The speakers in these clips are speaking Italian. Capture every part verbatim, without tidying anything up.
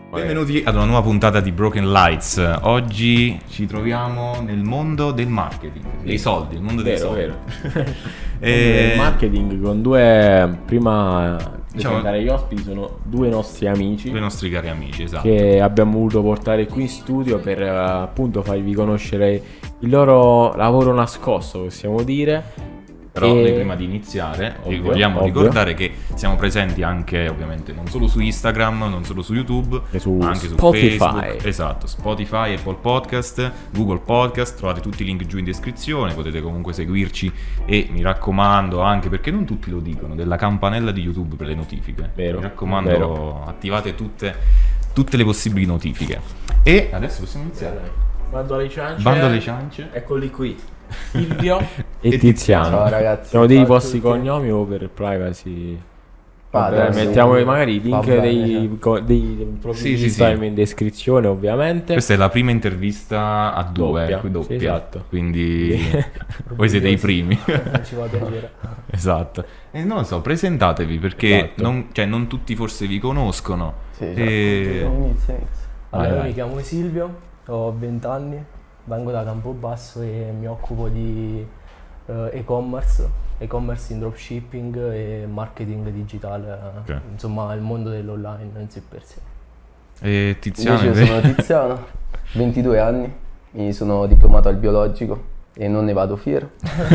Benvenuti ad una nuova puntata di Broken Lights. Oggi ci troviamo nel mondo del marketing, dei soldi, il mondo dei vero, soldi. Vero. e... Il marketing con due, prima di Diciamo- presentare gli ospiti, sono due nostri amici Due nostri cari amici, esatto. che abbiamo voluto portare qui in studio per eh, appunto farvi conoscere il loro lavoro nascosto, possiamo dire. Però E- noi prima di iniziare vi Ovvio, vogliamo ovvio. ricordare che siamo presenti anche ovviamente non solo su Instagram, non solo su YouTube, E su ma anche su Spotify. Facebook. Esatto, Spotify, Apple Podcast, Google Podcast, trovate tutti i link giù in descrizione, potete comunque seguirci e mi raccomando, anche perché non tutti lo dicono, della campanella di YouTube per le notifiche. Vero, Mi raccomando, vero. attivate tutte, tutte le possibili notifiche. E adesso possiamo iniziare. Bando alle ciance. Bando alle ciance. Eccoli qui. Silvio E e Tiziano. Ciao ragazzi. Siamo dei Ciao a vostri tutti. cognomi o per privacy? Ah, Vabbè, adesso- mettiamo magari i va link bene, dei, cioè. co- dei profili Sì, sì, Instagram sì. in descrizione, ovviamente. Questa è la prima intervista a due, Doppia, qui doppia. sì, esatto. Quindi voi siete i primi. Non ci fa piacere. Esatto. E non lo so, presentatevi perché Esatto. non, cioè, non tutti forse vi conoscono. Sì, E- certo. Inizia, inizia. Allora, Vai, io vai. mi chiamo Silvio, ho venti anni, vengo da Campobasso e mi occupo di eh, e-commerce, e-commerce in dropshipping e marketing digitale, eh, Ok. insomma il mondo dell'online in sé per sé. E Tiziano Invece invece- sono Tiziano, ventidue anni, mi sono diplomato al biologico e non ne vado fiero.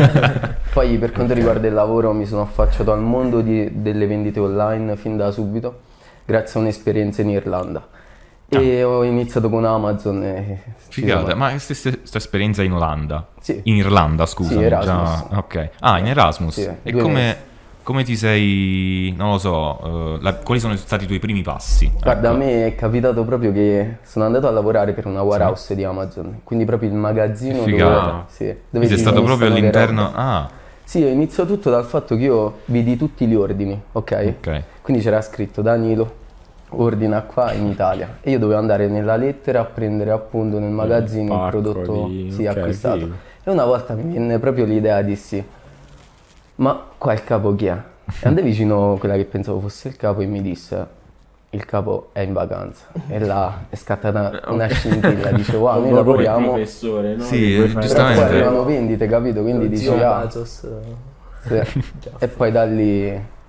Poi per quanto riguarda il lavoro mi sono affacciato al mondo di- delle vendite online fin da subito, grazie a un'esperienza in Irlanda. E ho iniziato con Amazon e... ci Figata, siamo- ma questa esperienza in Olanda? Sì. In Irlanda, scusa. Sì, Erasmus. Ok. Ah, in Erasmus. Sì, e due come, mesi. come ti sei, non lo so, eh, la- quali sono stati i tuoi primi passi? Guarda, Ecco. a me è capitato proprio che sono andato a lavorare per una warehouse di Amazon, quindi proprio il magazzino Che dove, figata. sì, dove Quindi sei si stato proprio smistano le all'interno... robe. Ah, Sì, inizio tutto dal fatto che io vidi tutti gli ordini, ok? ok. Quindi c'era scritto Danilo, ordina qua in Italia e io dovevo andare nella lettera a prendere appunto nel magazzino il pacco prodotto di- sì, ok, acquistato. figo. E una volta mi venne proprio l'idea, dissi, ma qua il capo chi è? E andai vicino a quella che pensavo fosse il capo e mi disse, il capo è in vacanza. E là è scattata una scintilla, dice wow, noi Proprio come lavoriamo, professore, no? Sì, Che puoi fare- però giustamente. poi arrivano vendite, capito? Quindi dici, Zio ah, Bezos, eh, sì. E poi da lì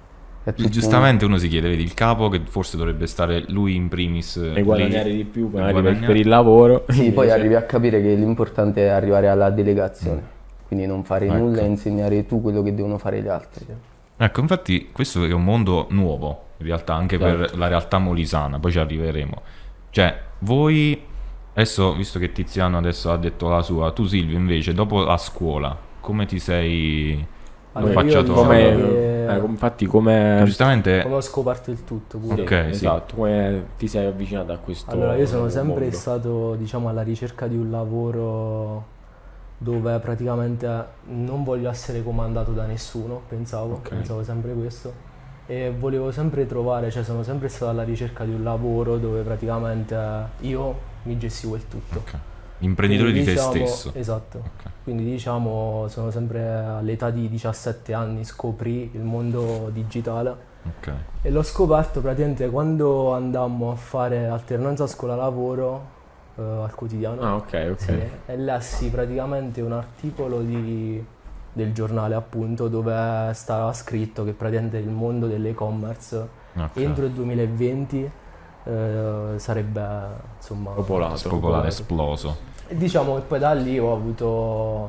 è tutto un- Giustamente uno si chiede, vedi, il capo che forse dovrebbe stare lui in primis E guadagnare lì, di più e magari per, guadagnare- per il lavoro. Sì, poi Invece- arrivi a capire che l'importante è arrivare alla delegazione, quindi non fare Ecco. nulla e insegnare tu quello che devono fare gli altri. Ecco, infatti questo è un mondo nuovo, in realtà, anche per Esatto. la realtà molisana, poi ci arriveremo. Cioè, voi, adesso, visto che Tiziano adesso ha detto la sua, tu Silvio invece, dopo la scuola, come ti sei Allora, io affacciato? diciamo Come, che- eh, infatti come... Giustamente, come ho scoperto il tutto pure. Ok, sì. Esatto, come ti sei avvicinato a questo Allora, io sono sempre mondo? stato, diciamo, alla ricerca di un lavoro dove praticamente non voglio essere comandato da nessuno, pensavo, Ok. pensavo sempre questo. E volevo sempre trovare, cioè sono sempre stato alla ricerca di un lavoro dove praticamente io mi gestivo il tutto. ok, imprenditore Quindi, di te diciamo- stesso. Esatto. Ok. Quindi diciamo sono sempre all'età di diciassette anni scoprì il mondo digitale Ok. e l'ho scoperto praticamente quando andammo a fare alternanza scuola-lavoro eh, al quotidiano. Ah, ok, ok. Sì, e lessi praticamente un articolo di- del giornale appunto dove stava scritto che praticamente il mondo dell'e-commerce Ok. entro il duemilaventi eh, sarebbe insomma Popolato. Spopolare, esploso. e diciamo che poi da lì ho avuto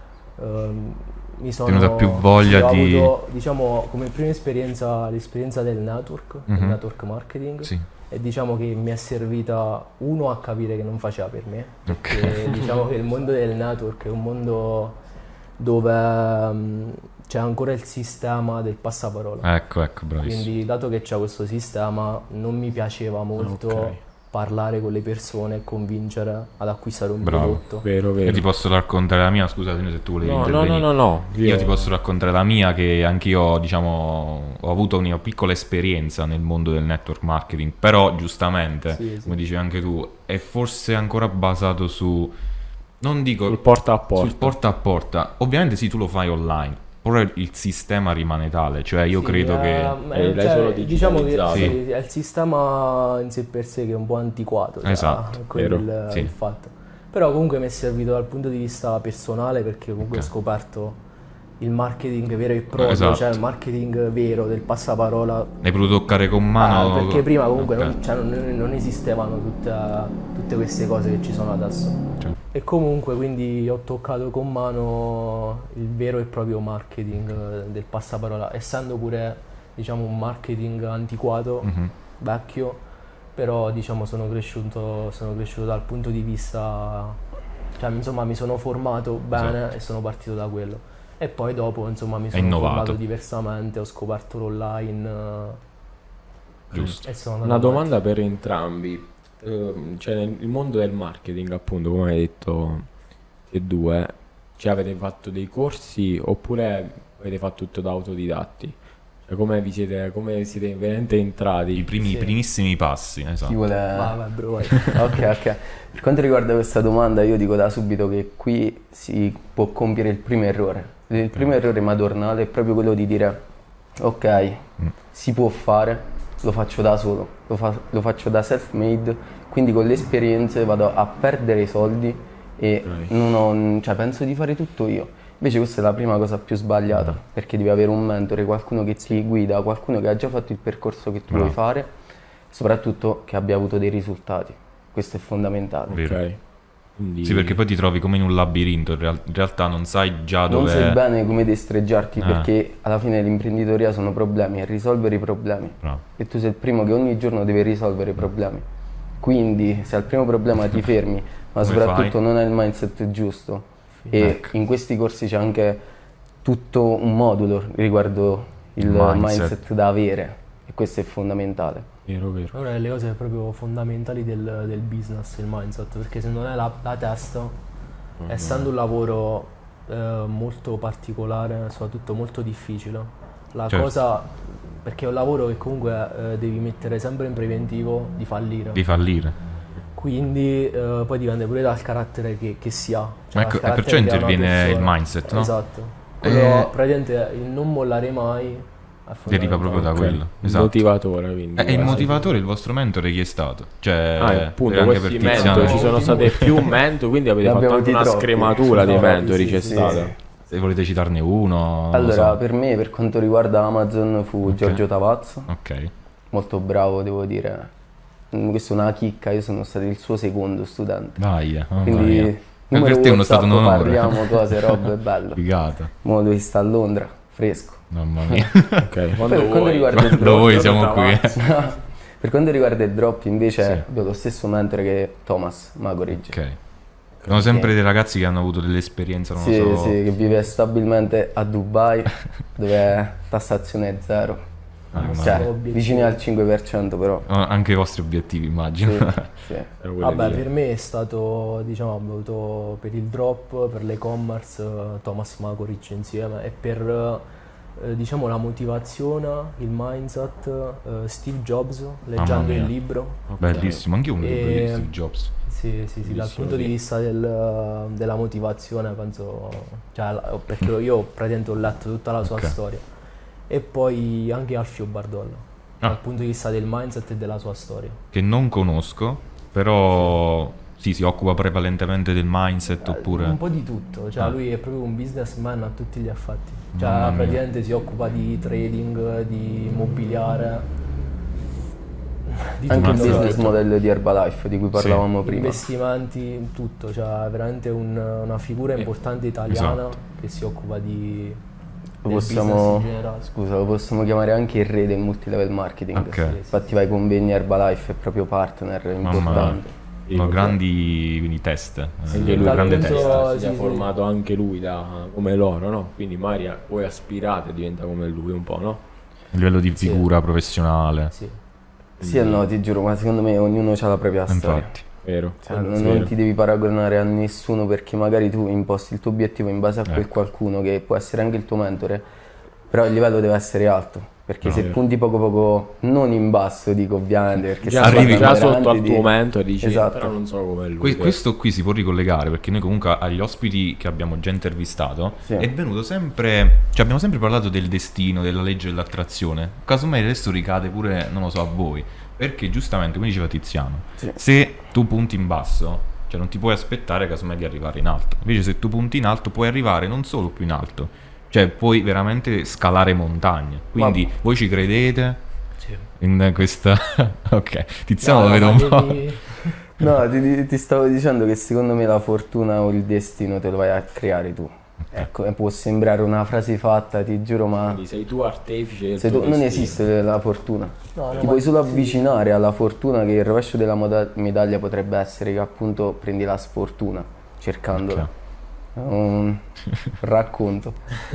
ehm, mi sono Tenuta più voglia sì, ho di- avuto, diciamo come prima esperienza l'esperienza del network, del Mhm. network marketing Sì. e diciamo che mi è servita uno a capire che non faceva per me Ok. perché diciamo che il mondo del network è un mondo dove mm, c'è ancora il sistema del passaparola. Ecco, ecco, bravissimo. Quindi, dato che c'è questo sistema, non mi piaceva molto Ok. parlare con le persone e convincere ad acquistare un Bravo. prodotto. Vero, Io vero. ti posso raccontare la mia, scusatemi se tu volevi No, no, intervenire. no, no, no. Io ti posso raccontare la mia, che anch'io, diciamo, ho avuto una piccola esperienza nel mondo del network marketing, però giustamente, Sì, sì. come dicevi anche tu, è forse ancora basato su, non dico sul porta a porta. sul porta a porta. Ovviamente sì, tu lo fai online, Però il sistema rimane tale, cioè io Sì, credo eh, che... ma- Eh, l'hai cioè, solo diciamo che digitalizzato. sì, è il sistema in sé per sé che è un po' antiquato, cioè, Esatto, quello vero, il, sì. il fatto. Però comunque mi è servito dal punto di vista personale, perché comunque Ok. ho scoperto il marketing vero e proprio, Esatto. cioè il marketing vero del passaparola. Hai potuto toccare con Ah, mano... perché prima comunque Ok. non, cioè, non- non esistevano tutta- tutte queste cose che ci sono adesso. Cioè, E comunque quindi ho toccato con mano il vero e proprio marketing eh, del passaparola, essendo pure diciamo un marketing antiquato, mhm. vecchio, però diciamo sono cresciuto, sono cresciuto dal punto di vista, cioè insomma mi sono formato bene Esatto. e sono partito da quello. E poi dopo insomma mi Hai sono innovato. formato diversamente, ho scoperto l'online eh, Giusto. e sono andato Una avanti. domanda per entrambi. Ehm, cioè nel mondo del marketing, appunto, come hai detto e due, cioè avete fatto dei corsi oppure avete fatto tutto da autodidatti? Cioè come vi siete, come siete veramente I entrati? primi, Sì. primissimi passi, Chi esatto. vuole... Vai, vai, bro, vai. Ok, ok. Per quanto riguarda questa domanda, io dico da subito che qui si può compiere il primo errore. Il primo errore madornale è proprio quello di dire: ok, Mm. si può fare, lo faccio da solo, lo, fa- lo faccio da self-made, quindi con le esperienze vado a perdere i soldi e Ok. non ho, cioè, penso di fare tutto io. Invece questa è la prima cosa più sbagliata, perché devi avere un mentore, qualcuno che ti guida, qualcuno che ha già fatto il percorso che tu Bravo. vuoi fare, soprattutto che abbia avuto dei risultati. Questo è fondamentale. Vero. Ok. Quindi... Sì, perché poi ti trovi come in un labirinto, in, real- in realtà non sai già Non dove... sai bene come destreggiarti, Eh. perché alla fine l'imprenditoria sono problemi, è risolvere i problemi. Bravo. E tu sei il primo che ogni giorno deve risolvere i problemi. Quindi se al primo problema ti fermi, ma Come soprattutto fai? non hai il mindset giusto, e Ecco. in questi corsi c'è anche tutto un modulo riguardo il Mindset. mindset, da avere, e questo è fondamentale. Vero, vero. È una delle cose proprio fondamentali del, del business, il mindset, perché se non è la, la testa, essendo un lavoro eh, molto particolare, soprattutto molto difficile, la Certo. cosa, perché è un lavoro che comunque eh, devi mettere sempre in preventivo di fallire, Di fallire. quindi eh, poi dipende pure dal carattere che, che si ha. Cioè, Ecco, dal e perciò carattere che ha una interviene il persona. mindset, no? Esatto. Eh, Quello, praticamente il non mollare mai è Deriva proprio da Ok. quello. Il Esatto. motivatore, quindi. Eh, E il quasi. motivatore, il vostro mentore chi è stato? Cioè, Ah, appunto, anche questi per Tiziano, mentori, ci sono Tiziano- state più mentori, quindi avete Ne fatto abbiamo anche una troppi. scrematura dei Troppi, mentori, sì, c'è sì, stata. sì. se volete citarne uno... non lo Allora, so. per me, per quanto riguarda Amazon, fu Ok. Giorgio Tavazzo, Ok. molto bravo, devo dire. Mm, Questa è una chicca, io sono stato il suo secondo studente. Dai, eh, mamma Quindi mia. numero per te è uno WhatsApp, stato un onore. parliamo cose, robe, bello. Figata. Mo lui sta a Londra, fresco. Mamma mia. Ok, Poi quando per quanto vuoi. riguarda il Quando drop, voi siamo qui. per quanto riguarda il drop invece Sì. abbiamo lo stesso mentore che Thomas Magorig. Ok. Sono sempre dei ragazzi che hanno avuto delle esperienze, non Sì, lo so. sì, che vive stabilmente a Dubai, dove tassazione è zero. Ah, ma- Cioè, obiettivi. vicini al cinque per cento però. Ah, anche i vostri obiettivi, immagino. Sì, sì. Era quello Vabbè, di- per me è stato, diciamo, ho avuto per il drop, per l'e-commerce, eh, Thomas Makoric insieme, e per, eh, diciamo, la motivazione, il mindset, eh, Steve Jobs, leggendo mia. il libro. Bellissimo, anche io un libro di E- Steve Jobs. Sì, sì, sì, dal Bellissimo, punto di sì. vista del- della motivazione, penso, cioè, la- perché io praticamente ho letto tutta la sua Ok. storia. E poi anche Alfio Bardollo, Ah. dal punto di vista del mindset e della sua storia. Che non conosco, però sì, si occupa prevalentemente del mindset oppure... Un po' di tutto, cioè Ah. lui è proprio un businessman a tutti gli effetti. Cioè Mamma mia. praticamente si occupa di trading, di immobiliare, di Anche il Mazza. business model di Herbalife di cui parlavamo prima. investimenti, tutto, cioè è veramente un- una figura importante italiana esatto. che si occupa di Lo del possiamo, business in generale. scusa, lo possiamo chiamare anche il re del multilevel marketing. Ok. Sì, sì. Infatti vai convegni Herbalife, è proprio partner Mamma importante. Sì, Sono sì. grandi quindi test. eh, Anche lui, lui dal grande punto- testa. si sì, è sì. formato anche lui da, come loro, no? Quindi magari voi aspirate e diventa come lui un po', no? A livello di Sì. figura professionale. Sì. Sì e no, ti giuro, ma secondo me ognuno ha la propria storia. Infatti. Vero? Cioè, Quello non, sì, non vero. ti devi paragonare a nessuno, perché magari tu imposti il tuo obiettivo in base a quel Ecco. qualcuno che può essere anche il tuo mentore, però il livello deve essere alto. Perché No, se vero. punti poco poco, non in basso dico ovviamente, perché Già, sta arrivi già parlando sotto al veramente tuo di- momento e dici, Esatto. però non so come lui. Que- che- questo qui si può ricollegare perché noi comunque agli ospiti che abbiamo già intervistato Sì. è venuto sempre, cioè abbiamo sempre parlato del destino, della legge dell'attrazione. Casomai adesso ricade pure, non lo so, a voi, perché giustamente, come diceva Tiziano, Sì. se tu punti in basso, cioè non ti puoi aspettare casomai di arrivare in alto. Invece se tu punti in alto puoi arrivare non solo più in alto, cioè puoi veramente scalare montagne. Quindi voi ci credete Sì. in questa... ok, Tiziano No, lo vedo ma un po'... devi- No, ti, ti- ti stavo dicendo che secondo me la fortuna o il destino te lo vai a creare tu. Ecco, e può sembrare una frase fatta, ti giuro, ma Quindi sei tu artefice del se tuo tu, non destino. esiste la fortuna. No, no, Ti ma puoi solo sì. avvicinare alla fortuna, che il rovescio della moda- medaglia potrebbe essere che appunto prendi la sfortuna cercandola. Ok. È un racconto.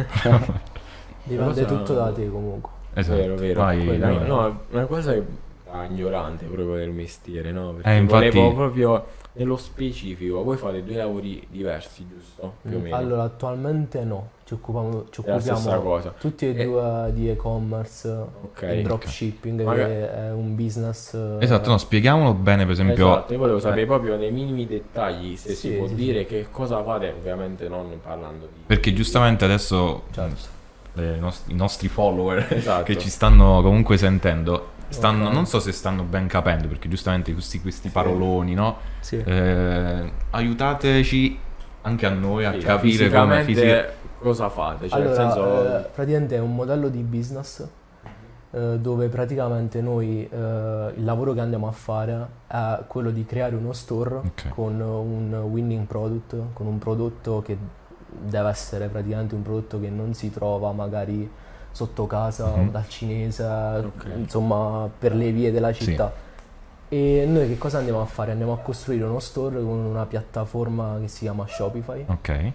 Dipende cosa- tutto da te comunque. Esatto. Vero, vero. Vai, Quello- vai. no, una cosa è da ignorante proprio del mestiere, no? Perché Eh, infatti- volevo proprio nello specifico. Voi fate due lavori diversi, giusto? Più o Mm, meno. Allora, attualmente no, ci occupiamo, ci È la stessa occupiamo cosa. tutti e E- due di e-commerce Ok. e dropshipping, Magari- che è un business... eh, Esatto, no, spieghiamolo bene, per esempio... Esatto, io volevo sapere proprio nei minimi dettagli se Sì, si può sì, dire che cosa fate, ovviamente non parlando di... Perché giustamente adesso Certo. eh, i, nostri, i nostri follower Esatto. che ci stanno comunque sentendo, stanno, Ok. non so se stanno ben capendo, perché giustamente questi, questi paroloni, no? Sì. Eh, aiutateci anche a noi a Sì, capire come fisicamente fisica... cosa fate, cioè Allora, nel senso... eh, praticamente è un modello di business eh, dove praticamente noi eh, il lavoro che andiamo a fare è quello di creare uno store Ok. con un winning product, con un prodotto che deve essere praticamente un prodotto che non si trova magari sotto casa Mhm. dal cinese, insomma per le vie della Sì. città. E noi che cosa andiamo a fare? Andiamo a costruire uno store con una piattaforma che si chiama Shopify Ok,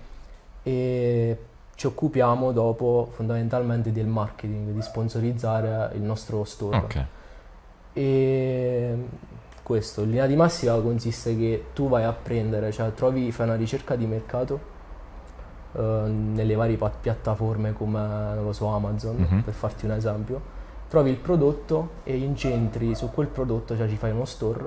e ci occupiamo dopo fondamentalmente del marketing, di sponsorizzare il nostro store. ok, E questo, in linea di massima consiste che tu vai a prendere, cioè trovi, fai una ricerca di mercato eh, nelle varie pa- piattaforme come, non lo so, Amazon, Mhm. per farti un esempio, trovi il prodotto e incentri su quel prodotto, cioè ci fai uno store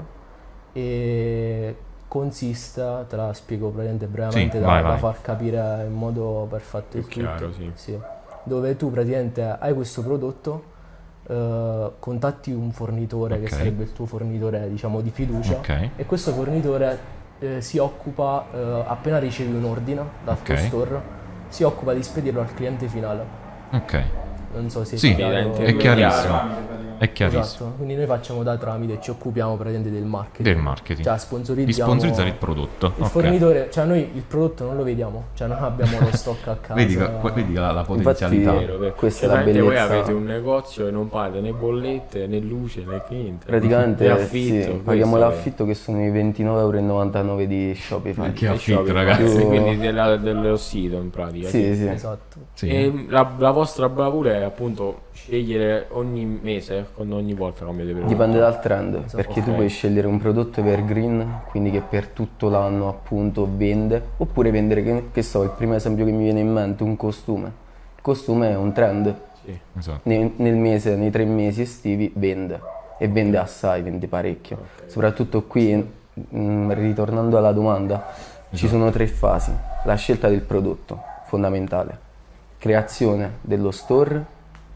e consiste, te la spiego praticamente brevemente Sì, da, vai, da vai. far capire in modo perfetto il Più tutto. chiaro, sì. Sì. Dove tu praticamente hai questo prodotto, eh, contatti un fornitore Ok. che sarebbe il tuo fornitore, diciamo, di fiducia, ok, e questo fornitore eh, si occupa, eh, appena ricevi un ordine dal tuo Ok. store, si occupa di spedirlo al cliente finale. ok. Non so se Sì, chiaro. è chiarissimo. È chiarissimo. Esatto, quindi noi facciamo da tramite e ci occupiamo praticamente del marketing. Del marketing. Cioè Di sponsorizziamo sponsorizzare il prodotto. il ok. fornitore, cioè noi il prodotto non lo vediamo, cioè non abbiamo lo stock a casa. Vedi, qua- vedi la, la potenzialità. Infatti- Vero, vero. Questa Cioè, è la veramente voi bellezza. avete un negozio e non pagate né bollette né luce né cliente. Praticamente né affitto. sì, questo paghiamo è- l'affitto che sono i ventinove e novantanove euro di Shopify. Che è affitto, Shopify, ragazzi. Più- Quindi della- dello sito in pratica. Sì, sì. Esatto. Sì. E la, la vostra bravura è appunto scegliere ogni mese, con ogni volta cambiate prodotto. Dipende dal trend, perché tu Ok. puoi scegliere un prodotto evergreen, quindi che per tutto l'anno appunto vende, oppure vendere, che, che so, il primo esempio che mi viene in mente, un costume. Il costume è un trend, Sì. Esatto. Ne- nel mese, nei tre mesi estivi vende, e vende assai, vende parecchio. Soprattutto qui, mh, ritornando alla domanda, ci sono tre fasi. La scelta del prodotto, fondamentale, creazione dello store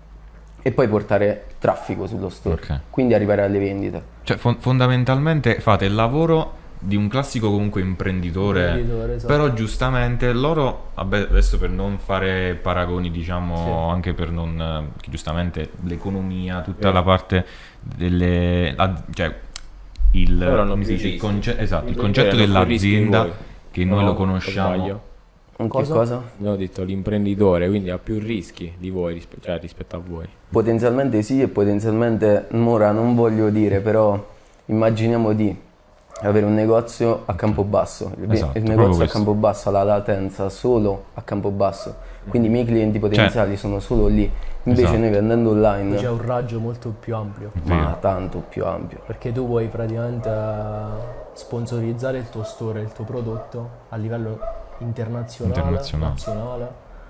e poi portare traffico sullo store, Ok. quindi arrivare alle vendite. Cioè, fon- fondamentalmente fate il lavoro di un classico comunque imprenditore, Imprenditore, esatto. però giustamente loro, vabbè, adesso per non fare paragoni, diciamo, anche per non, eh, che giustamente l'economia, tutta Vero. la parte delle, la- cioè il, Loro hanno come si più dice, il, rischi. conce- esatto, il Quindi concetto hanno più rischi di dell'azienda voi. che noi No, lo conosciamo. sbaglio? In che Cosa? cosa? No, ho detto l'imprenditore, quindi ha più rischi di voi, rispe- cioè rispetto a voi. Potenzialmente sì e potenzialmente, ora non voglio dire, però immaginiamo di avere un negozio a Campobasso. Il, Esatto, il proprio negozio a questo. Campobasso ha la latenza solo a Campobasso, quindi i miei clienti potenziali sono solo lì. Invece Esatto. noi vendendo online, C'è un raggio molto più ampio, ma Vero. tanto più ampio. perché tu puoi praticamente eh, sponsorizzare il tuo store, il tuo prodotto a livello internazionale, Internazionale. nazionale,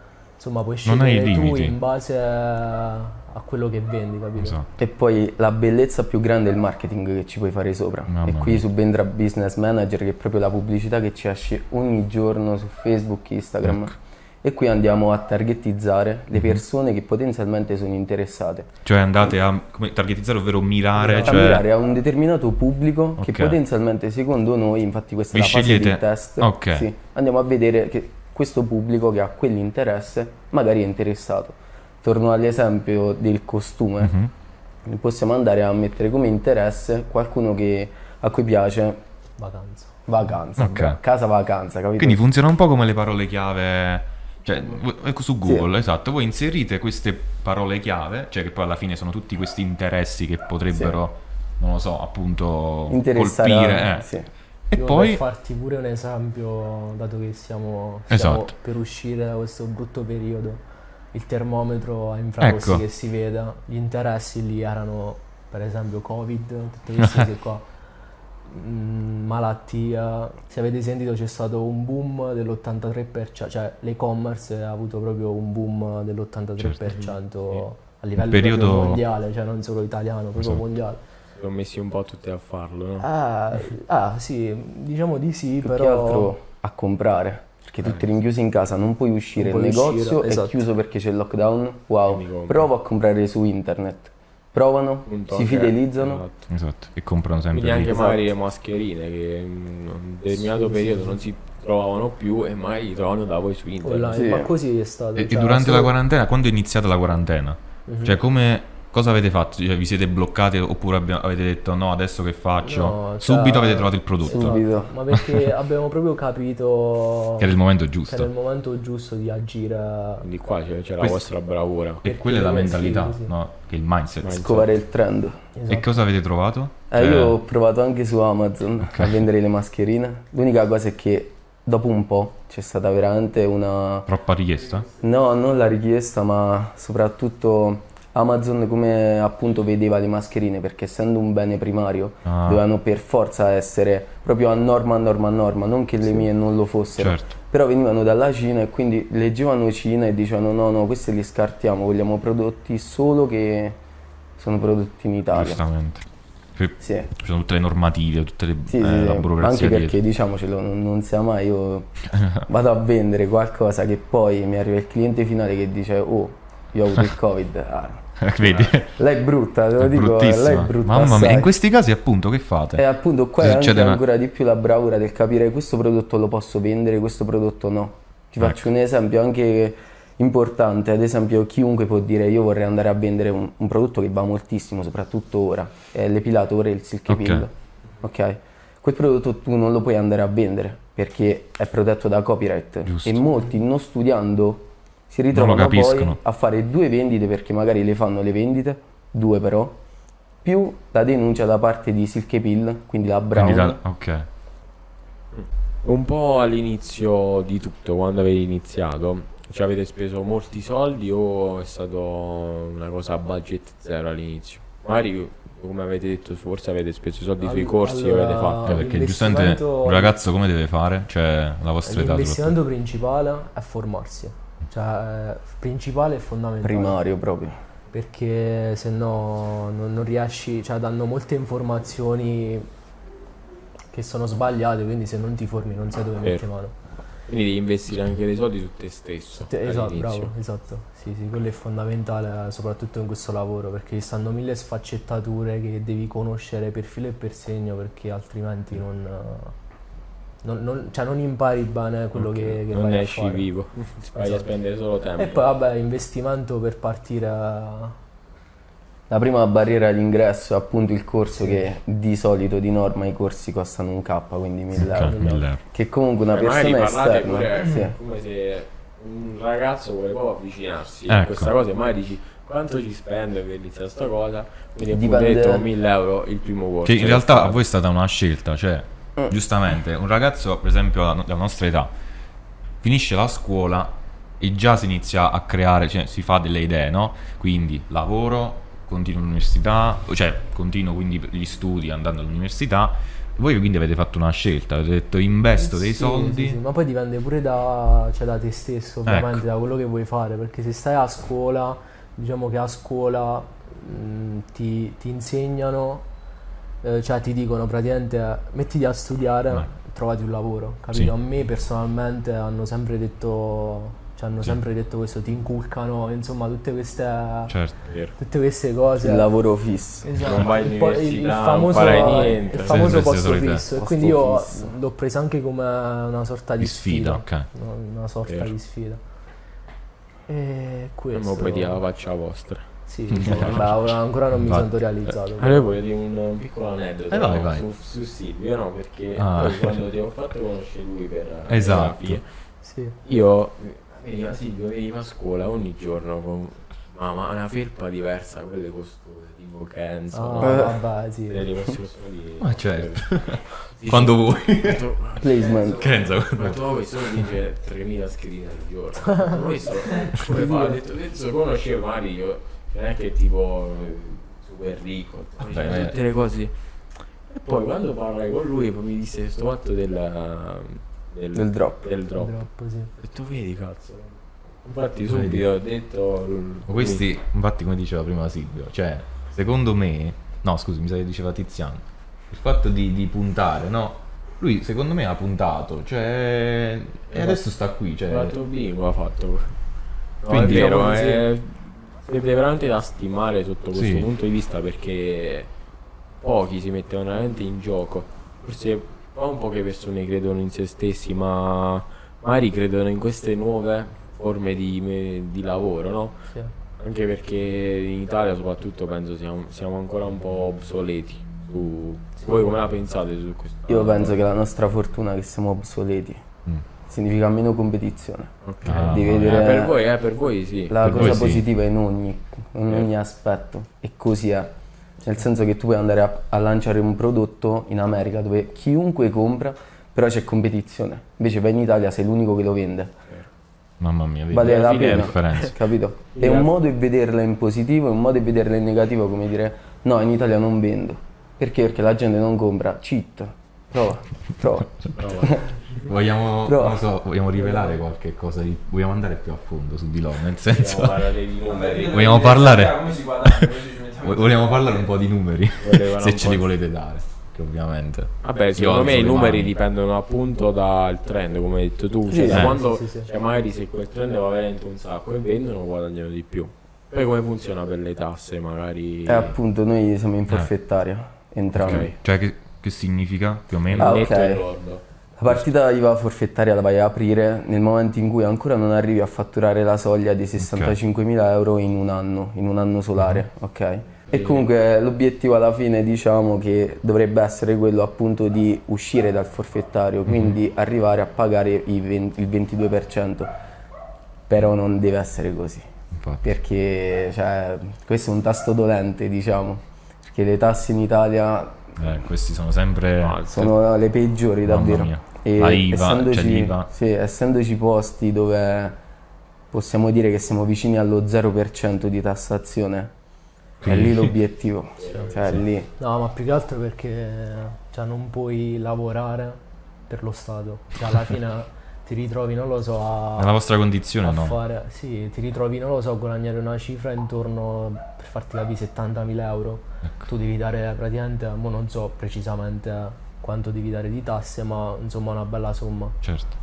insomma puoi Non hai scegliere tu limiti. in base a quello che vendi, capito? Esatto. E poi la bellezza più grande è il marketing che ci puoi fare sopra. Mamma e qui mia. subentra Business Manager, che è proprio la pubblicità che ci esce ogni giorno su Facebook, Instagram. Ecco. E qui andiamo a targetizzare le Mhm. persone che potenzialmente sono interessate. Cioè andate a come, targetizzare, ovvero mirare, A cioè mirare a un determinato pubblico che Ok. potenzialmente, secondo noi, infatti questa Vi è la fase scegliete- del test, ok. sì, andiamo a vedere che questo pubblico che ha quell'interesse magari è interessato. Torno all'esempio del costume. Mhm. Possiamo andare a mettere come interesse qualcuno che, a cui piace Vacanza. vacanza, Ok. bra- casa vacanza, capito? Quindi funziona un po' come le parole chiave, cioè voi- ecco, su Google, Sì. esatto, voi inserite queste parole chiave, cioè che poi alla fine sono tutti questi interessi che potrebbero, non lo so, appunto Interessare a- colpire, eh. sì. E Io poi per farti pure un esempio, dato che siamo, stiamo Esatto. per uscire da questo brutto periodo, il termometro a infrarossi Ecco. che si veda, gli interessi lì erano per esempio Covid, tutte queste cose qua, Mm, malattia. Se avete sentito c'è stato un boom dell'ottantatré per cento, cioè l'e-commerce ha avuto proprio un boom dell'ottantatré per cento a livello periodo- proprio mondiale, cioè non solo italiano, proprio Esatto. mondiale. Si sono messi un po' tutti a farlo, no? Ah, ah, sì, diciamo di sì, Più però che altro a comprare, perché tutti rinchiusi in casa, non puoi uscire, Non il puoi negozio uscire, è esatto. chiuso perché c'è il lockdown, wow, E mi compro. provo a comprare su internet, provano, Punto si anche- fidelizzano, esatto. esatto, e comprano sempre Quindi anche lì. magari le mascherine che in un determinato Sì, periodo sì, non sì. si trovavano più e magari li trovano da voi su internet. online, Sì. ma così è stato. E, e cioè, durante solo- la quarantena, quando è iniziata la quarantena, Mhm. cioè come, cosa avete fatto? Cioè, vi siete bloccati oppure abbi- avete detto no, adesso che faccio? No, cioè- Subito avete trovato il prodotto, Esatto, Subito. ma perché abbiamo proprio capito che era il momento che era il giusto. momento giusto di agire. Quindi qua c'è, c'è la Questo- vostra bravura. E quella è la Sì, mentalità, sì. no? Che è il mindset. Mindset. scovare il trend. E Esatto. cosa avete trovato? Eh, Cioè, io ho provato anche su Amazon a vendere le mascherine, l'unica cosa è che dopo un po' c'è stata veramente una... Troppa richiesta? No, non la richiesta, ma soprattutto Amazon come appunto vedeva le mascherine, perché essendo un bene primario Ah. dovevano per forza essere proprio a norma, a norma, a norma, non che le mie non lo fossero, Certo. però venivano dalla Cina e quindi leggevano Cina e dicevano no, no, questi li scartiamo, vogliamo prodotti solo che sono prodotti in Italia. Giustamente. Poi Sì. ci sono tutte le normative, tutte le Sì, eh, sì, sì, la ma burocrazia anche dietro. perché diciamocelo, non, non sia mai io vado a vendere qualcosa che poi mi arriva il cliente finale che dice oh, io ho avuto il Covid, ah, Vedi? lei è brutta, te lo È dico, lei è bruttissima. brutta Mamma mia, assai. in questi casi appunto che fate? E appunto qua Se è anche succede una- ancora di più la bravura del capire questo prodotto lo posso vendere, questo prodotto no. Ti Ecco. faccio un esempio anche importante, ad esempio chiunque può dire io vorrei andare a vendere un, un prodotto che va moltissimo, soprattutto ora, è l'epilatore, il silk Ok. pill, ok? Quel prodotto tu non lo puoi andare a vendere perché è protetto da copyright Giusto. e molti non studiando si Non lo ritrovano poi capiscono. a fare due vendite perché magari le fanno le vendite, due però, più la denuncia da parte di Silk Pill, quindi la Brown. Quindi da- ok. Un po' all'inizio di tutto, quando avete iniziato, ci avete speso molti soldi o è stato una cosa a budget zero all'inizio? Magari, come avete detto, forse avete speso i soldi sui All- corsi che avete allora- fatto. Eh, perché L'investimento- giustamente un ragazzo come deve fare? Cioè, la vostra età L'investimento principale è formarsi, cioè eh, principale e fondamentale. Primario proprio. Perché se no non, non riesci, cioè danno molte informazioni che sono sbagliate, quindi se non ti formi non sai dove Vero. metti mano. Quindi devi investire anche dei soldi su te stesso. Te- Esatto, all'inizio. bravo, esatto. Sì, sì, quello è fondamentale, eh, soprattutto in questo lavoro, perché ci stanno mille sfaccettature che devi conoscere per filo e per segno, perché altrimenti non, eh, non, non- cioè non impari bene quello Ok, che, che non vai ne a esci fare. vivo, vai a Esatto. spendere solo tempo. E poi vabbè, investimento per partire a- La prima barriera all'ingresso è appunto il corso che di solito, di norma, i corsi costano un K, quindi mille Ok, euro. mille euro. Che comunque una Eh, magari persona parlate esterna... pure sì. come se un ragazzo vuole proprio avvicinarsi a Ecco. questa cosa e mai dici quanto ci spendo per iniziare sta cosa, quindi Dipende- appunto hai detto mille euro il primo corso. Che in che realtà a fate. voi è stata una scelta, cioè, Mm. giustamente, un ragazzo, per esempio, della della nostra età, finisce la scuola e già si inizia a creare, cioè si fa delle idee, no? Quindi lavoro, continuo all'università, cioè continuo quindi per gli studi andando all'università, voi quindi avete fatto una scelta, avete detto investo dei Sì, soldi. sì, sì, ma poi dipende pure da, cioè, da te stesso, ovviamente, Ecco. da quello che vuoi fare, perché se stai a scuola, diciamo che a scuola mh, ti, ti insegnano, eh, cioè ti dicono praticamente eh, mettiti a studiare, Vai. trovati un lavoro, capito? Sì. A me personalmente hanno sempre detto, cioè hanno Sì. sempre detto questo, ti inculcano, insomma, tutte queste, Certo. tutte queste cose. Il lavoro fisso. Esatto. Non vai in Il po- il- il università, non famoso, farai niente. il famoso Sempre posto solite. fisso, e Posto quindi io fisso. l'ho preso anche come una sorta di, Di sfida, ok. no, una sorta Vero. di sfida. E Ma questo poi di alla faccia vostra. sì, sì, vabbè, ancora non mi Infatti. sento realizzato. Allora voglio dire un, un piccolo aneddoto Eh, vai, no, vai. Su, su Silvio, no? Perché Ah. poi quando ti ho fatto conoscere lui per Esatto. per la FIA, Sì. io veniva Silvio, veniva a scuola ogni giorno con ma, ma una felpa diversa, quelle costose, tipo Kenzo, Ah, no? vabbè, sì. Delle rimasto solo di Ma certo. Dice- Quando vuoi. Detto, Placement. Kenzo. ma tu questo dice tremila schedine al giorno. Questo come fa? Ha detto Kenzo conosce Mario, non è che è tipo eh, super ricco, Vabbè, dice eh. tutte le cose. E poi quando parlai con lui poi mi disse questo fatto del, del, Del drop. del drop. Troppo, sì. Ho detto vedi cazzo. Infatti subito ho detto Ma questi, infatti, come diceva prima Silvio, cioè, secondo me, no, scusi, mi sa che diceva Tiziano, il fatto di, di puntare, no? Lui, secondo me, ha puntato, cioè, e adesso sta qui, cioè, l'altro bingo ha fatto. No, Quindi- è vero, diciamo così. è, è veramente da stimare sotto questo Sì. punto di vista perché pochi si mettono veramente in gioco. Forse un po' che persone credono in se stessi, ma magari credono in queste nuove forme di, me- di lavoro, no? Sì. Anche perché in Italia soprattutto penso siamo, siamo ancora un po' obsoleti. Su, voi come la pensate su questo? Io penso che la nostra fortuna è che siamo obsoleti. Mm. Significa meno competizione. Ok. Ah, Di ma- vedere Eh, per voi, eh, per voi sì. la Per cosa voi sì. positiva in ogni, in ogni aspetto. E così è. Nel senso che tu puoi andare a, a lanciare un prodotto in America dove chiunque compra, però c'è competizione. Invece vai in Italia, sei l'unico che lo vende. mamma mia, vedi Vale alla la fine pena, la differenza. capito? E un modo è vederla in positivo e un modo è vederla in negativo, come dire no, in Italia non vendo. Perché? Perché la gente non compra. Cheat. Prova, prova. Vogliamo, Però- non lo so, vogliamo rivelare qualche cosa di... Vogliamo andare più a fondo su di loro, nel Stiamo senso... parlando di numeri. Vogliamo parlare... Come si guadagna? Come si ci mettiamo? vo- Vogliamo parlare un po' di numeri, Volevano se un ce po' li di- volete dare, che ovviamente... Vabbè, Io secondo me alzo i le numeri mani. dipendono appunto dal trend, come hai detto tu. Sì, Cioè, da sì. quando, Sì, sì, sì. cioè, magari se quel trend va veramente un sacco e vendono, guadagnano di più. Poi come funziona per le tasse, magari. E appunto noi siamo in forfettaria, entrambi. Ok. Cioè, che, che significa, più o meno? Ah, Netto ok. e lordo. La partita I V A forfettaria la vai a aprire nel momento in cui ancora non arrivi a fatturare la soglia di sessantacinquemila euro in un anno, in un anno solare, ok? E comunque l'obiettivo alla fine diciamo che dovrebbe essere quello appunto di uscire dal forfettario, quindi arrivare a pagare i venti il ventidue per cento, però non deve essere così, Infatti. perché cioè, questo è un tasto dolente diciamo, perché le tasse in Italia Eh, questi sono sempre... No, sono le peggiori Mamma davvero. mia. E La I V A, essendoci, cioè l'I V A. sì, essendoci posti dove possiamo dire che siamo vicini allo zero per cento di tassazione, è Quindi- lì l'obiettivo, cioè è lì. No, ma più che altro perché cioè, non puoi lavorare per lo Stato. Cioè, alla fine ti ritrovi, non lo so, a, Nella vostra condizione a no. fare... Sì, ti ritrovi, non lo so, a guadagnare una cifra intorno, per farti capire, settantamila euro. Ecco. Tu devi dare praticamente, mo non so precisamente quanto devi dare di tasse, ma insomma una bella somma. Certo.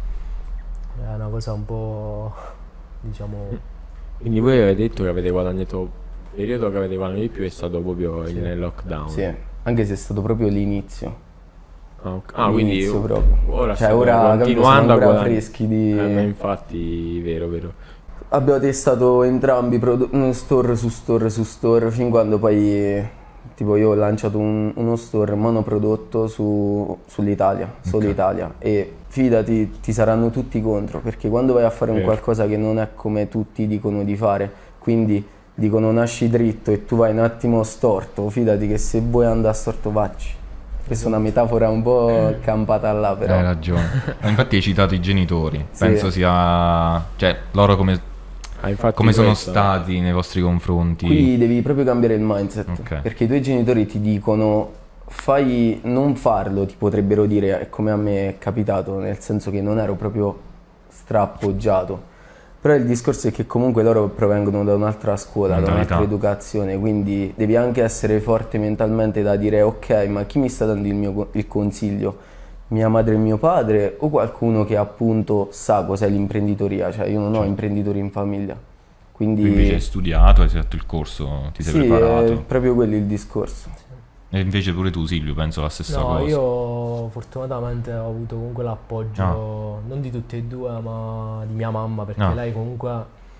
È una cosa un po', diciamo... Quindi voi avete detto che avete guadagnato. Il periodo che avete guadagnato di più è stato proprio il- nel lockdown. Sì, anche se è stato proprio l'inizio. Ah, ok. Ah, quindi L'inizio proprio. ora Cioè stiamo ora capito, siamo continuando a ancora guadagnare. freschi di... Eh, ma infatti, vero, vero. Abbiamo testato entrambi prodo- uno store su store su store fin quando poi tipo io ho lanciato un- uno store monoprodotto su, sull'Italia, solo Ok. Italia e fidati ti saranno tutti contro perché quando vai a fare un Vero. qualcosa che non è come tutti dicono di fare, quindi dicono nasci dritto e tu vai un attimo storto, fidati che se vuoi andare storto vacci. Questa è una metafora un po' campata là però. Hai ragione. Ma infatti hai citato i genitori. Sì. Penso sia... Cioè, loro come, Ah, infatti come sono questo- stati nei vostri confronti? Qui devi proprio cambiare il mindset, Ok. perché i tuoi genitori ti dicono fai non farlo, ti potrebbero dire, è come a me è capitato, nel senso che non ero proprio strappoggiato. Però il discorso è che comunque loro provengono da un'altra scuola, da Mentalità. un'altra educazione, quindi devi anche essere forte mentalmente da dire ok, ma chi mi sta dando il mio il consiglio? Mia madre e mio padre o qualcuno che appunto sa cos'è l'imprenditoria? Cioè io non ho imprenditori in famiglia, quindi... Quindi hai studiato, hai fatto il corso, ti sei sì, preparato. è proprio quello il discorso. E invece pure tu, Silvio, penso la stessa No, cosa. io fortunatamente ho avuto comunque l'appoggio, Ah. non di tutti e due, ma di mia mamma, perché Ah. lei comunque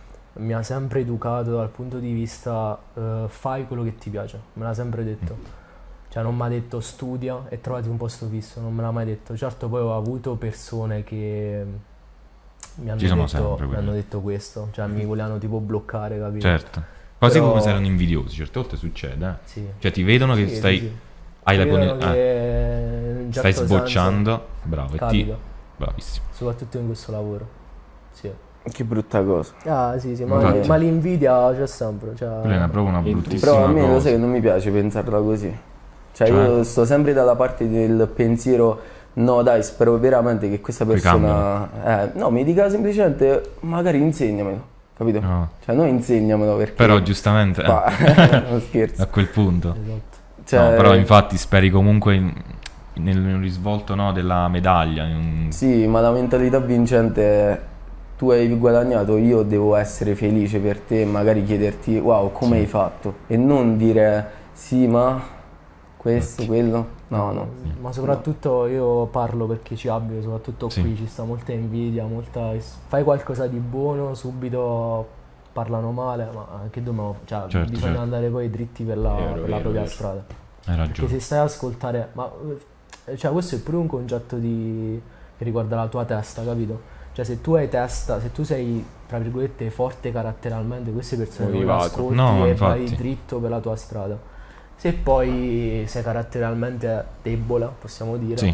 mi ha sempre educato dal punto di vista eh, fai quello che ti piace, me l'ha sempre detto. Mm. Cioè non mi ha detto studia e trovati un posto fisso, non me l'ha mai detto. Certo poi ho avuto persone che mi hanno, Ci sono detto, sempre mi quelli. hanno detto questo, cioè mi volevano tipo bloccare, capito? Certo. Quasi Però- come se erano invidiosi, certe volte succede. eh. Sì. Cioè ti vedono che Sì, stai... sì, sì. Hai la Ti vedono pone- ah, che in un stai certo sbocciando. senso Bravo, e ti... capita, Bravissimo. soprattutto in questo lavoro. Sì. Che brutta cosa. Ah sì, sì, ma, Infatti. ma l'invidia c'è sempre. Cioè, Quella è proprio una Però bruttissima Però a me lo cosa. sai che non mi piace pensarla così. Cioè, Cioè? io sto sempre dalla parte del pensiero, no dai, spero veramente che questa Poi persona... Eh, no, mi dica semplicemente, magari insegnamelo, capito? No. Cioè, non insegnamelo perché... Però giustamente... eh, Pa- non scherzo. a quel punto. esatto. Cioè, No, però infatti speri comunque in- nel risvolto, no, della medaglia. in un- Sì, ma la mentalità vincente è, tu hai guadagnato, io devo essere felice per te e magari chiederti wow, come Sì. hai fatto? E non dire sì, ma questo, quello. No, no. Ma soprattutto io parlo perché ci abito, soprattutto Sì. qui ci sta molta invidia, molta... fai qualcosa di buono, subito parlano male, ma che dobbiamo... Cioè, Certo, bisogna certo. andare poi dritti per la, Vero, per la vero, propria vero. strada. Hai Perché ragione. se stai ad ascoltare... Ma, eh, cioè, questo è pure un concetto di, che riguarda la tua testa, capito? Cioè, se tu hai testa, se tu sei, tra virgolette, forte caratterialmente, queste persone non le Motivato. ascolti No, e infatti. vai dritto per la tua strada. Se poi sei caratterialmente debole, possiamo dire, Sì.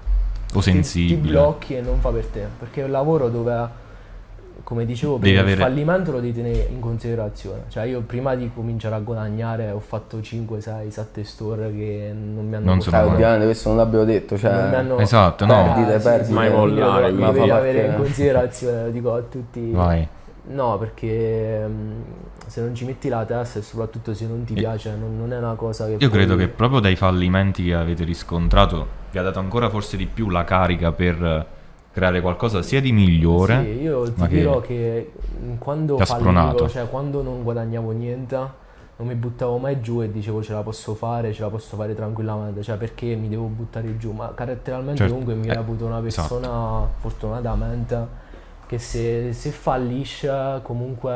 O ti, ti sensibile. blocchi e non fa per te. Perché è un lavoro dove, come dicevo Devi prima, avere- il fallimento lo devi tenere in considerazione. Cioè io prima di cominciare a guadagnare ho fatto cinque, sei, sette store che non mi hanno Non Eh, sono- ovviamente questo non l'abbiamo detto, cioè... non mi hanno- Esatto, no. Perdite, Ah, sì, perdite. sì, Mai io mollare, lo- quindi. lo devi Ma fa avere in parte- considerazione, lo dico a tutti. Vai. No, perché mm, se non ci metti la testa e soprattutto se non ti E- piace, non, non è una cosa che Io puoi- credo che proprio dai fallimenti che avete riscontrato vi ha dato ancora forse di più la carica per creare qualcosa sia di migliore. Sì, io ti ma che- dirò che mm, quando ti ha spronato. fallivo, cioè quando non guadagnavo niente, non mi buttavo mai giù e dicevo ce la posso fare, ce la posso fare tranquillamente, cioè perché mi devo buttare giù, ma caratterialmente Certo, comunque mi eh, reputo una persona fortunatamente che se, se fallisce comunque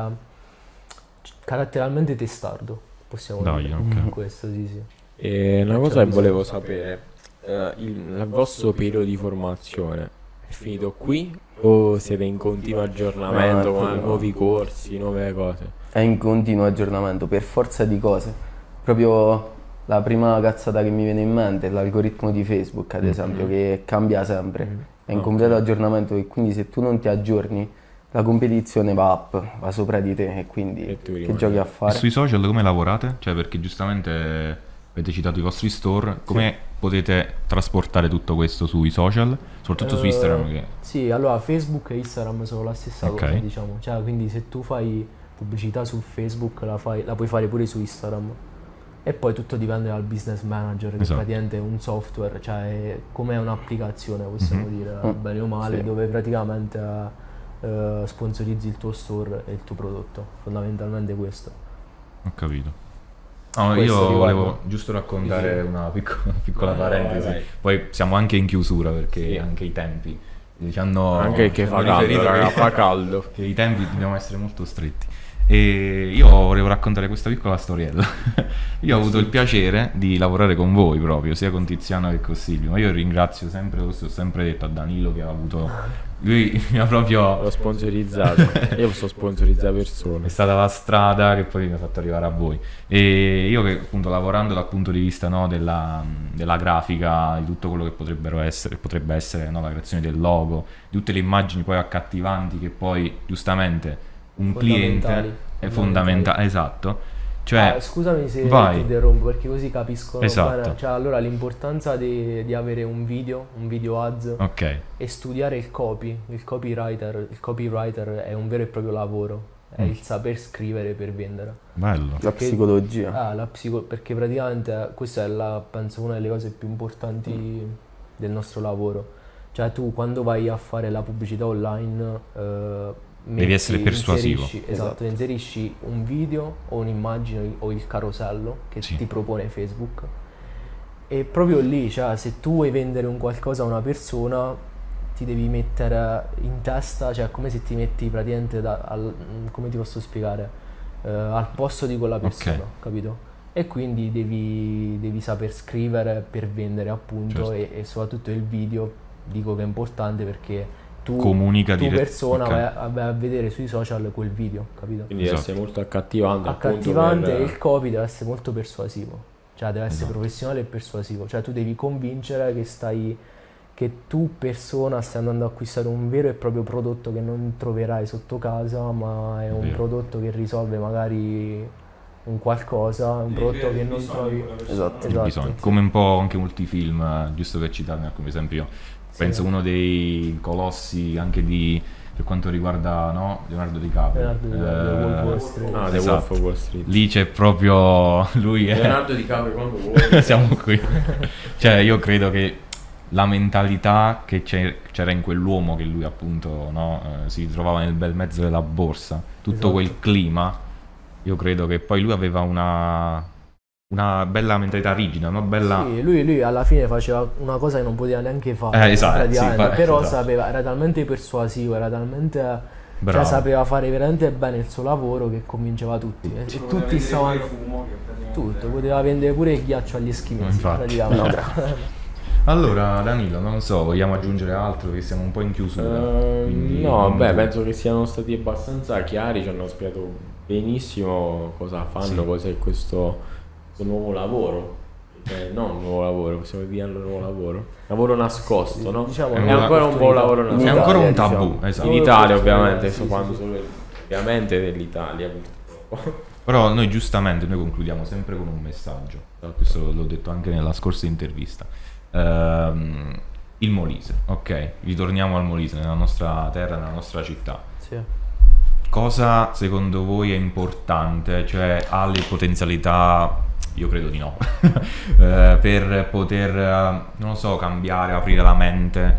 caratterialmente testardo, possiamo Dai, dire. ok. Questo sì sì. E una C'è cosa che bisogno. volevo sapere, eh, il, il vostro periodo di formazione è finito qui o siete in continuo aggiornamento No, con no. nuovi corsi, nuove cose? È in continuo aggiornamento per forza di cose. Proprio la prima cazzata che mi viene in mente è l'algoritmo di Facebook, ad esempio, che cambia sempre. È in Ok. completo aggiornamento e quindi se tu non ti aggiorni, la competizione va up, va sopra di te e quindi E tu che rimani. giochi a E fare? sui social come lavorate? Cioè, perché giustamente avete citato i vostri store, come potete trasportare tutto questo sui social? Soprattutto su Eh, Instagram che... Sì, allora Facebook e Instagram sono la stessa Ok. cosa, diciamo. Cioè, quindi se tu fai pubblicità su Facebook, la, fai- la puoi fare pure su Instagram. E poi tutto dipende dal business manager, che Esatto. praticamente è un software, cioè è come un'applicazione, possiamo Mhm. dire, Mm, bene o male, sì. dove praticamente eh, sponsorizzi il tuo store e il tuo prodotto. Fondamentalmente questo. Ho capito. No, Questo io riguarda- volevo giusto raccontare una piccola, piccola No, parentesi. vai, vai. Poi siamo anche in chiusura perché Sì. anche i tempi ci hanno, Anche che ci fa hanno caldo, riferito raga, che- fa caldo. che i tempi dobbiamo essere molto stretti. E io volevo raccontare questa piccola storiella. Io ho avuto il piacere di lavorare con voi proprio, sia con Tiziano che con Silvio. Ma io ringrazio sempre, questo ho sempre detto a Danilo che ha avuto. Lui mi ha proprio. L'ho sponsorizzato. Io posso sponsorizzare È persone. stata la strada che poi mi ha fatto arrivare a voi. E io che appunto lavorando dal punto di vista, no, della, della grafica, di tutto quello che potrebbero essere, potrebbe essere, no, la creazione del logo, di tutte le immagini poi accattivanti che poi giustamente un Fondamentali. cliente è fondamentale, esatto. Cioè, Ah, scusami se vai. ti interrompo perché così capiscono Esatto. bene. Cioè, allora l'importanza di, di avere un video, un video ads Ok, e studiare il copy, il copywriter, il copywriter è un vero e proprio lavoro, è Mm. il saper scrivere per vendere. bello. La Perché- psicologia. Ah, la psico- perché praticamente questa è la, penso una delle cose più importanti del nostro lavoro. Cioè tu quando vai a fare la pubblicità online eh, metti- essere persuasivo. inserisci- esatto, Esatto. inserisci un video o un'immagine o il carosello che Sì. ti propone Facebook e proprio lì, cioè se tu vuoi vendere un qualcosa a una persona ti devi mettere in testa, cioè è come se ti metti praticamente da- al, come ti posso spiegare, eh, al posto di quella persona, Ok. capito? E quindi devi, devi saper scrivere per vendere appunto Certo. e, e soprattutto il video dico che è importante perché tu, Comunica tu dire- persona ok. vai, a, vai a vedere sui social quel video, capito? Quindi Esatto. deve essere molto accattivante. Accattivante appunto, e per- il copy deve essere molto persuasivo, cioè deve essere Esatto. professionale e persuasivo, cioè tu devi convincere che stai che tu persona stai andando ad acquistare un vero e proprio prodotto che non troverai sotto casa, ma è un Vero. prodotto che risolve magari un qualcosa, un prodotto che non trovi. Esatto. Il bisogno. Come un po' anche molti film, eh, giusto per citarne come esempio, penso uno dei colossi anche di per quanto riguarda no, Leonardo DiCaprio. Leonardo DiCaprio, Eh, Wolf of Wall Street. Ah, The esatto. Wolf of Wall Street. Lì c'è proprio lui è Leonardo DiCaprio quando vuoi. siamo qui. Cioè, io credo che la mentalità che c'è- c'era in quell'uomo che lui appunto no, eh, si trovava nel bel mezzo della borsa, tutto Esatto. quel clima, io credo che poi lui aveva una una bella mentalità rigida, una bella Sì, lui, lui alla fine faceva una cosa che non poteva neanche fare, Eh, esatto, praticamente, sì, fa- però esatto. sapeva, era talmente persuasivo, era talmente, brava. cioè sapeva fare veramente bene il suo lavoro che convinceva tutti e, e tutti stavano tutto, poteva vendere pure il ghiaccio agli eschimesi, Infatti. praticamente. Allora, Danilo, non so, vogliamo aggiungere altro che siamo un po' in chiusura? Eh, quindi no, non beh, tu. penso che siano stati abbastanza chiari, ci hanno spiegato benissimo cosa fanno, Sì. cos'è questo, questo nuovo lavoro. Eh, non un nuovo lavoro, possiamo definirlo un nuovo lavoro. Lavoro nascosto, no? Diciamo, È è una ancora un po' un lavoro In È nascosto. ancora un Italia, tabù, diciamo. esatto. In Italia, Sì, ovviamente, sì, sto sì, parlando sì. solo ovviamente dell'Italia, purtroppo. Però noi giustamente noi concludiamo sempre con un messaggio, questo l'ho detto anche nella scorsa intervista. Ehm, il Molise, ok? Ritorniamo al Molise, nella nostra terra, nella nostra città. Sì. Cosa secondo voi è importante, cioè ha le potenzialità, io credo di no, eh, per poter, eh, non lo so, cambiare, aprire la mente,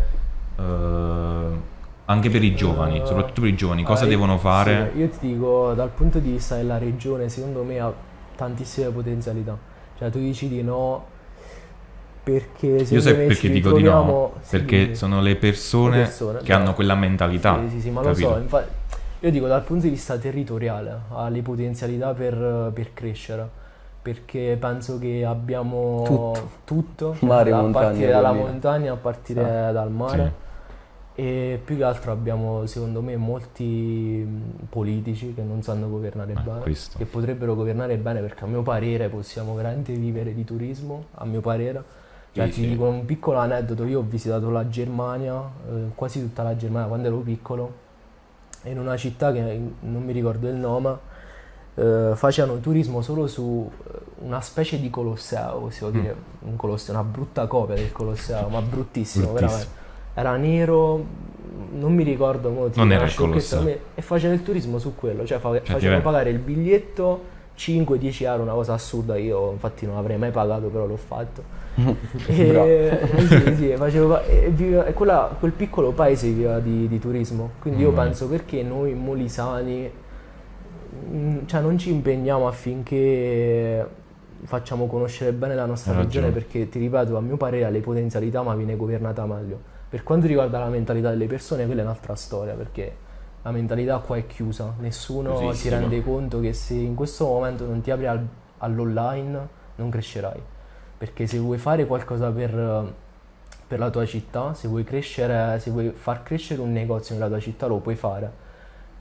eh, anche per i giovani, Eh, soprattutto per i giovani, cosa ah, io- devono fare? sì, io ti dico, dal punto di vista della regione, secondo me ha tantissime potenzialità. Cioè, tu dici di no perché Io secondo sai me perché ci dico di ritroviamo- no, sì, perché dimmi. sono le persone, Le persone, che cioè, hanno quella mentalità, Sì, sì, sì, ma capito? lo so, infatti, io dico dal punto di vista territoriale, ha le potenzialità per, per crescere, perché penso che abbiamo Tutto. tutto, Mare, a montagna, partire dalla collina. montagna, a partire dal mare. E più che altro abbiamo, secondo me, molti mh, politici che non sanno governare Eh, bene, questo. che potrebbero governare bene perché a mio parere possiamo veramente vivere di turismo, a mio parere. Cioè, Sì, ti sì. dico un piccolo aneddoto, io ho visitato la Germania, eh, quasi tutta la Germania quando ero piccolo, e in una città che non mi ricordo il nome, eh, facevano turismo solo su eh, una specie di Colosseo, possiamo Mm. dire, un Colosseo, una brutta copia del Colosseo, ma bruttissimo, Bruttissimo. veramente. Era nero, non mi ricordo mo, tipo, Non era una il Colosseo. sciocchezza, me- e facevano il turismo su quello, cioè fa- ti facevano vede. pagare il biglietto cinque dieci euro, una cosa assurda, io infatti non avrei mai pagato, però l'ho fatto. E, eh, sì, sì, facevo pa- e viveva- e quella- quel piccolo paese viveva di, di turismo, quindi io Mm. penso perché noi molisani mm, cioè non ci impegniamo affinché facciamo conoscere bene la nostra Hai regione, ragione. perché ti ripeto, a mio parere ha le potenzialità ma viene governata meglio. Per quanto riguarda la mentalità delle persone, quella è un'altra storia, perché la mentalità qua è chiusa, nessuno si Chiusissima. rende conto che se in questo momento non ti apri al- all'online non crescerai, perché se vuoi fare qualcosa per, per la tua città, se vuoi crescere, se vuoi far crescere un negozio nella tua città lo puoi fare,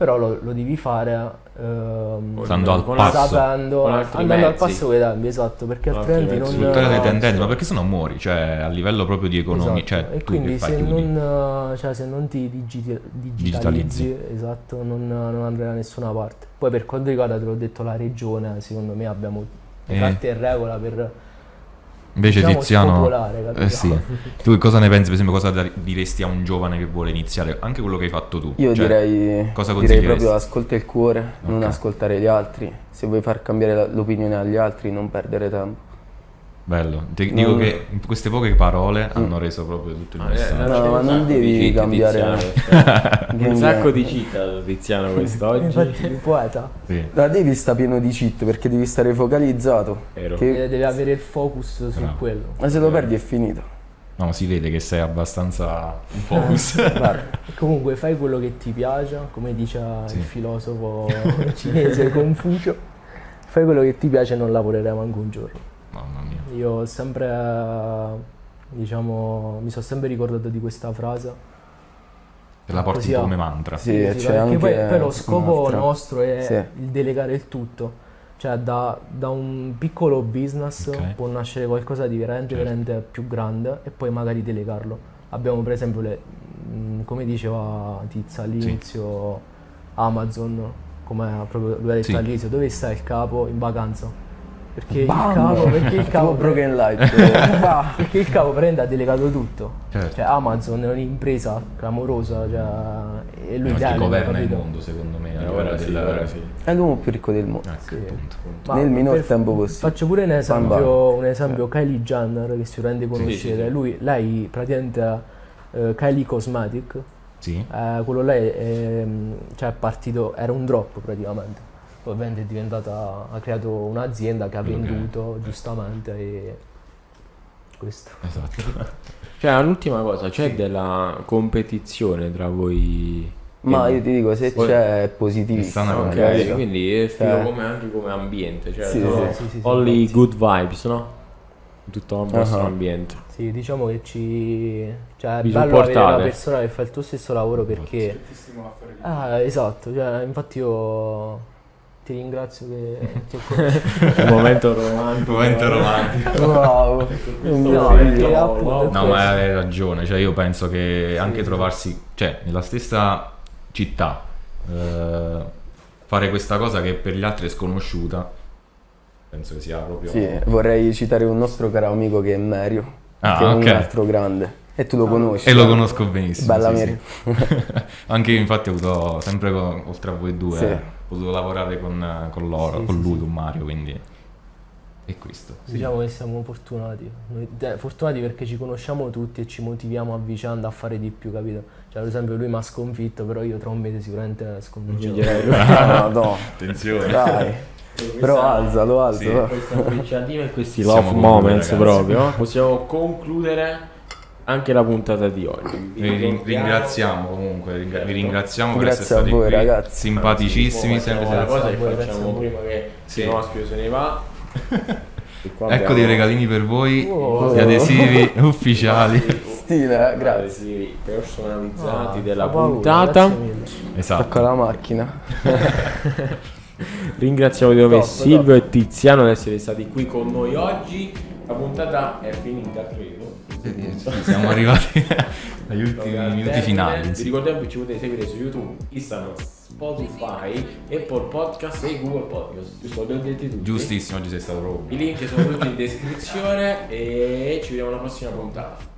però lo, lo devi fare ehm, Stando al con passo. sapendo, con altri andando al mezzi. passo con i tempi, esatto, perché Con altri altrimenti mezzi. non... Sfruttare le no, tendenze, sì. ma perché sennò muori, cioè a livello proprio di economia, Esatto. cioè E tu quindi che fai, se chiudi. non, cioè, se non ti digiti- digitalizzi, Digitalizzi. esatto, non, non andrai da nessuna parte. Poi per quanto riguarda, te l'ho detto, la regione, secondo me abbiamo le Eh. carte in regola per Invece diciamo, Tiziano, spopolare, capito? eh sì. Tu cosa ne pensi, per esempio, cosa da- diresti a un giovane che vuole iniziare? Anche quello che hai fatto tu. Io Cioè, direi, cosa direi consiglieresti? proprio ascolta il cuore, non Ok. ascoltare gli altri. Se vuoi far cambiare la- l'opinione agli altri, non perdere tempo. Bello, ti Non- dico che queste poche parole hanno reso proprio tutto il Ah, eh, messaggio. No, ma non devi cambiare- un Quindi- sacco di cheat Tiziano quest'oggi. Infatti il poeta Sì. La devi sta pieno di cheat perché devi stare focalizzato. Vero. Che- eh, deve avere il focus su Bravo. quello. Ma se lo perdi è finito. No, si vede che sei abbastanza in focus. Guarda, E comunque fai quello che ti piace, come dice Sì. il filosofo cinese Confucio, fai quello che ti piace e non lavorerai manco un giorno. Mamma mia. Io ho sempre, eh, diciamo, mi sono sempre ricordato di questa frase. Te la porti Così un po' ha- come mantra. sì, Sì, c'è perché anche poi, poi lo scopo un'altra. nostro è Sì. il delegare il tutto. Cioè da, da un piccolo business Ok. può nascere qualcosa di veramente, Certo. veramente più grande e poi magari delegarlo. Abbiamo per esempio, le, mh, come diceva Tizia all'inizio, Amazon, come ha proprio lui ha detto Sì. all'inizio, dove sta il capo? In vacanza. Perché Bam! il capo, perché il capo, Tipo Broken Light. Bah. perché il capo prende ha delegato tutto. Certo. Cioè Amazon è un'impresa clamorosa, cioè, e lui No, chi delega, governa il capito? mondo, secondo me. a Eh, livello ora sì, del- ora sì. È l'uomo più ricco del mondo. Ecco, Sì. appunto. Ma Nel minor per- tempo possibile. Faccio pure un Bam, esempio, bam. un esempio Kylie Jenner, che sicuramente conoscete. sì, sì. Lui, lei praticamente eh, Kylie Cosmetic, Sì? eh, quello lei è, cioè, è partito, era un drop praticamente. Poi ovviamente è diventata, ha creato un'azienda che ha Quello che è. venduto giustamente e questo. Esatto. Cioè, un'ultima cosa, c'è della competizione tra voi? Ma e- io ti dico, se Poi- c'è è positivissimo. Stanno Ok, capito? quindi è figo Cioè- come anche come ambiente, cioè Sì, no? sì, sì, sì, sì, only infatti. good vibes, no? Tutto il vostro Ah. ambiente. Sì, diciamo che ci... Cioè, è Vi bello avere una supportate. persona che fa il tuo stesso lavoro perché... Ah, esatto, cioè, infatti io ti ringrazio che ti ho conosciuto. Un momento romantico. Momento romantico. Wow. No, Sì. perché appunto è No, questo. ma hai ragione, cioè io penso che anche trovarsi, cioè nella stessa città, eh, fare questa cosa che per gli altri è sconosciuta, penso che sia proprio... Sì, vorrei citare un nostro caro amico che è Mario, Ah, che è ok. un altro grande. E tu lo conosci. E lo eh? conosco benissimo. Bella sì, Mary. sì. Anche io infatti ho avuto, sempre con- oltre a voi due, Sì. eh, ho potuto lavorare con, con loro, Sì, con sì, lui, sì. con Mario, quindi è questo. Sì. Diciamo che siamo fortunati. Noi- eh, fortunati perché ci conosciamo tutti e ci motiviamo a vicenda a fare di più, capito? Cioè, per esempio, lui mi ha sconfitto, però io tra un mese sicuramente sconfiggerò. Direi lui. No, no, Attenzione. dai. Però alzalo, alzo. Sì. va. Questa frecciatina e questi Siamo love con voi, moments ragazzi. proprio. Possiamo concludere anche la puntata di oggi. Vi rin- ringraziamo comunque, ringra- vi ringraziamo per Grazie essere stati a voi, qui, ragazzi. simpaticissimi, sempre la cosa senza... che voi, facciamo grazie a voi. prima che Sì. il nostro se ne va. E qua Ecco abbiamo dei regalini per voi, Oh. gli adesivi ufficiali. Stile, eh, grazie. adesivi personalizzati Ah, della fa paura, puntata. grazie mille. Esatto. Tocca la macchina. Ringraziamo di nuovo Top, Silvio e Tiziano di essere stati qui con noi oggi. La puntata è finita, credo. Siamo arrivati agli ultimi Al minuti termine. finali. Vi sì. ricordiamo che ci potete seguire su YouTube, Instagram, Spotify, Apple Podcast e Google Podcast. Giusto, li ho detti tutti. Giustissimo, oggi sei stato proprio. I link sono tutti in descrizione e ci vediamo alla prossima puntata.